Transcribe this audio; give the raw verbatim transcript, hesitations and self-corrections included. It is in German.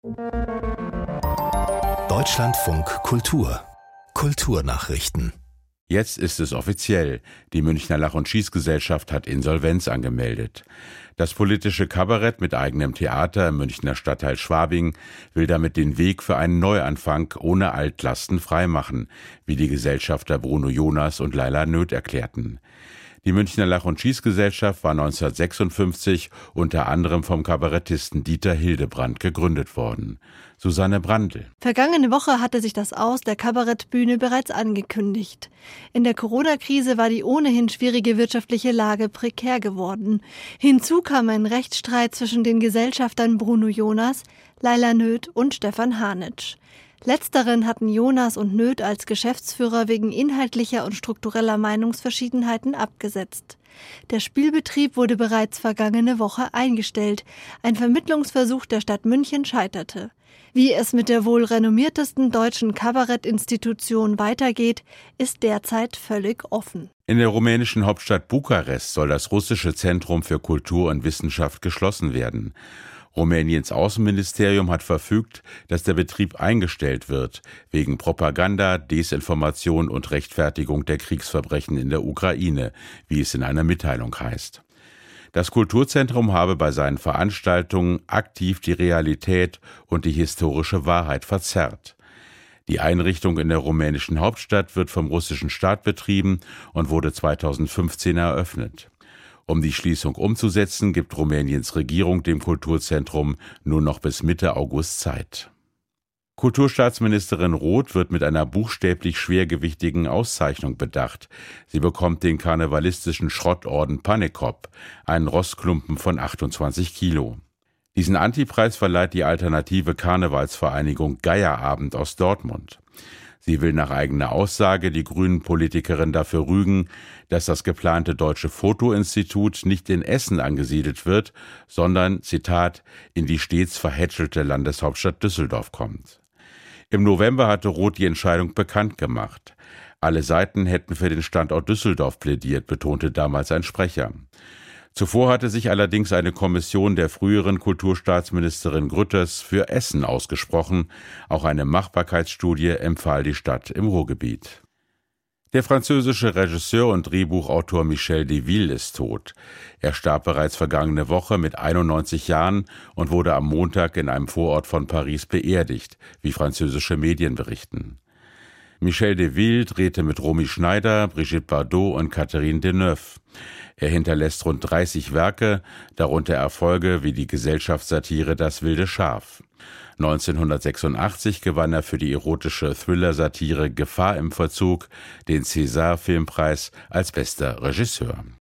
Deutschlandfunk Kultur Kulturnachrichten. Jetzt ist es offiziell. Die Münchner Lach- und Schießgesellschaft hat Insolvenz angemeldet. Das politische Kabarett mit eigenem Theater im Münchner Stadtteil Schwabing will damit den Weg für einen Neuanfang ohne Altlasten freimachen, wie die Gesellschafter Bruno Jonas und Laila Nöth erklärten. Die Münchner Lach- und Schießgesellschaft war neunzehnhundertsechsundfünfzig unter anderem vom Kabarettisten Dieter Hildebrandt gegründet worden. Susanne Brandl. Vergangene Woche hatte sich das Aus der Kabarettbühne bereits angekündigt. In der Corona-Krise war die ohnehin schwierige wirtschaftliche Lage prekär geworden. Hinzu kam ein Rechtsstreit zwischen den Gesellschaftern Bruno Jonas, Laila Nöth und Stefan Hanitsch. Letzteren hatten Jonas und Nöth als Geschäftsführer wegen inhaltlicher und struktureller Meinungsverschiedenheiten abgesetzt. Der Spielbetrieb wurde bereits vergangene Woche eingestellt. Ein Vermittlungsversuch der Stadt München scheiterte. Wie es mit der wohl renommiertesten deutschen Kabarettinstitution weitergeht, ist derzeit völlig offen. In der rumänischen Hauptstadt Bukarest soll das russische Zentrum für Kultur und Wissenschaft geschlossen werden. Rumäniens Außenministerium hat verfügt, dass der Betrieb eingestellt wird, wegen Propaganda, Desinformation und Rechtfertigung der Kriegsverbrechen in der Ukraine, wie es in einer Mitteilung heißt. Das Kulturzentrum habe bei seinen Veranstaltungen aktiv die Realität und die historische Wahrheit verzerrt. Die Einrichtung in der rumänischen Hauptstadt wird vom russischen Staat betrieben und wurde zweitausendfünfzehn eröffnet. Um die Schließung umzusetzen, gibt Rumäniens Regierung dem Kulturzentrum nur noch bis Mitte August Zeit. Kulturstaatsministerin Roth wird mit einer buchstäblich schwergewichtigen Auszeichnung bedacht. Sie bekommt den karnevalistischen Schrottorden Panekop, einen Rostklumpen von achtundzwanzig Kilo. Diesen Antipreis verleiht die alternative Karnevalsvereinigung Geierabend aus Dortmund. Sie will nach eigener Aussage die Grünen-Politikerin dafür rügen, dass das geplante Deutsche Foto-Institut nicht in Essen angesiedelt wird, sondern, Zitat, in die stets verhätschelte Landeshauptstadt Düsseldorf kommt. Im November hatte Roth die Entscheidung bekannt gemacht. Alle Seiten hätten für den Standort Düsseldorf plädiert, betonte damals ein Sprecher. Zuvor hatte sich allerdings eine Kommission der früheren Kulturstaatsministerin Grütters für Essen ausgesprochen. Auch eine Machbarkeitsstudie empfahl die Stadt im Ruhrgebiet. Der französische Regisseur und Drehbuchautor Michel Deville ist tot. Er starb bereits vergangene Woche mit einundneunzig Jahren und wurde am Montag in einem Vorort von Paris beerdigt, wie französische Medien berichten. Michel Deville drehte mit Romy Schneider, Brigitte Bardot und Catherine Deneuve. Er hinterlässt rund dreißig Werke, darunter Erfolge wie die Gesellschaftssatire Das wilde Schaf. neunzehnhundertsechsundachtzig gewann er für die erotische Thriller-Satire Gefahr im Verzug den César-Filmpreis als bester Regisseur.